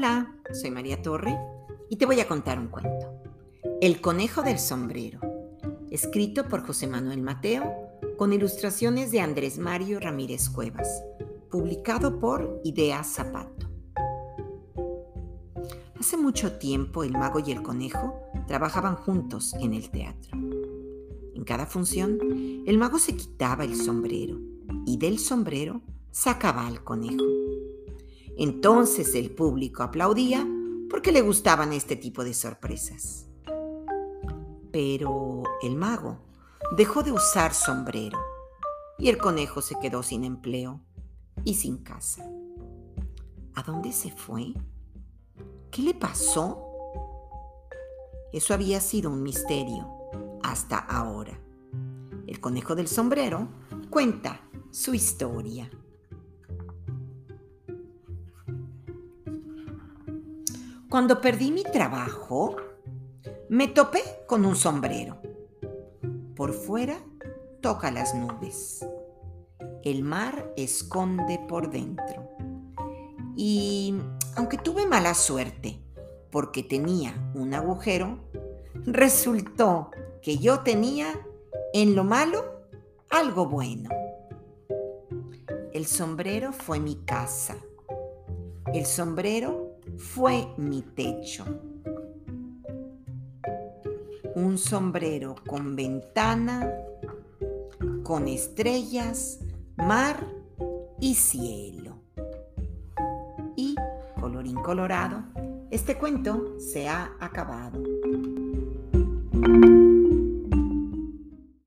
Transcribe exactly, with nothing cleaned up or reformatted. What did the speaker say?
Hola, soy María Torre y te voy a contar un cuento. El conejo del sombrero, escrito por José Manuel Mateo, con ilustraciones de Andrés Mario Ramírez Cuevas, publicado por Ideas Zapato. Hace mucho tiempo el mago y el conejo trabajaban juntos en el teatro. En cada función, el mago se quitaba el sombrero y del sombrero sacaba al conejo. Entonces el público aplaudía porque le gustaban este tipo de sorpresas. Pero el mago dejó de usar sombrero y el conejo se quedó sin empleo y sin casa. ¿A dónde se fue? ¿Qué le pasó? Eso había sido un misterio hasta ahora. El conejo del sombrero cuenta su historia. Cuando perdí mi trabajo, me topé con un sombrero. Por fuera toca las nubes. El mar esconde por dentro. Y aunque tuve mala suerte porque tenía un agujero, resultó que yo tenía en lo malo algo bueno. El sombrero fue mi casa. El sombrero fue mi techo. Un sombrero con ventana, con estrellas, mar y cielo. Y, colorín colorado, este cuento se ha acabado.